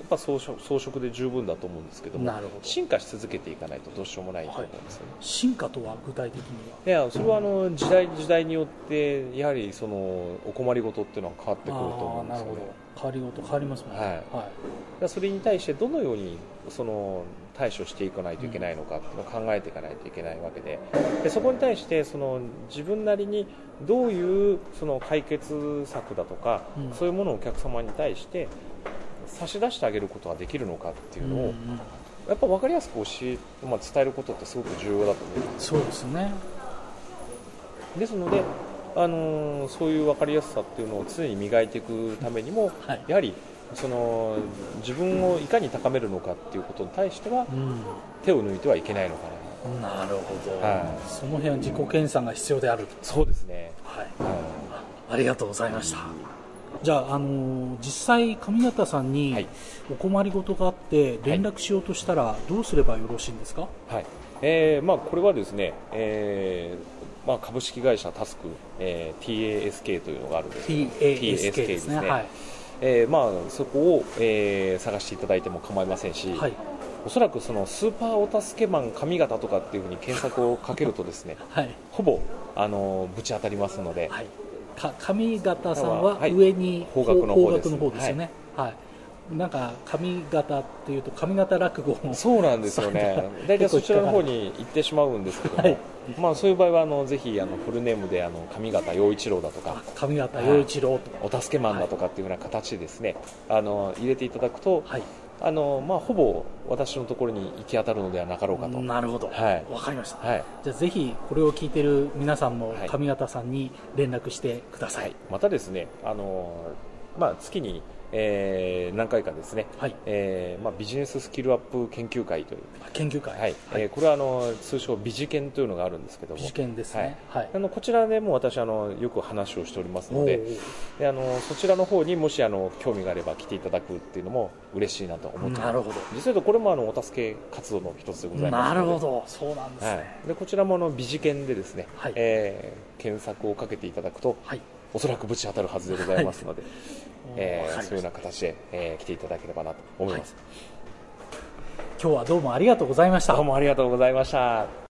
ぱ装飾で十分だと思うんですけども、 なるほど。 進化し続けていかないとどうしようもないと思うんですよね。 進化とは具体的にいや、それは時代によってやはりそのお困りごとっていうのは変わってくると思うんですよね。 なるほど。変わりごと変わりますもんね。 はい。だからそれに対してどのようにその対処していかないといけないのかっていうのを考えていかないといけないわけで、そこに対してその自分なりにどういうその解決策だとか、そういうものをお客様に対して差し出してあげることができるのかっていうのを、やっぱ分かりやすく伝えることってすごく重要だと思います。 そうですね。 ですので、そういう分かりやすさっていうのを常に磨いていくためにも、やはりその自分をいかに高めるのかっていうことに対しては、手を抜いてはいけないのかな。 なるほど。その辺は自己研鑽が必要であると。 そうですね。 ありがとうございました。じゃあ、実際上方さんにお困りごとがあって連絡しようとしたらどうすればよろしいんですか？ はい。これはですね、株式会社タスク、TASK というのがあるんですけど、TASK ですね。そこを、探していただいても構いませんし、おそらくそのスーパーお助けマン上方とかっていうふうに検索をかけるとですね、ほぼぶち当たりますので、 上方さんは上に方角の方ですよね。なんか上方っていうと上方落語もそうなんですよね。大体そちらの方に行ってしまうんですけども、そういう場合はぜひフルネームで上方陽一郎だとか上方陽一郎お助けマンだとかっていうような形でですね、入れていただくと、ほぼ私のところに行き当たるのではなかろうかと。 なるほど。わかりました。じゃあぜひこれを聞いている皆さんも上方さんに連絡してください。 またですね、月に何回かですね、ビジネススキルアップ研究会というこれは通称ビジケンというのがあるんですけども、 ビジケンですね。 こちらでも私よく話をしておりますので、そちらの方にもし興味があれば来ていただくっていうのも嬉しいなと思っています。 なるほど。 実際とこれもお助け活動の一つでございますので。 なるほど、そうなんですね。 でこちらもビジケンでですね、検索をかけていただくと、おそらくぶち当たるはずでございますので、そういうような形で、来ていただければなと思います。 今日はどうもありがとうございました。 どうもありがとうございました。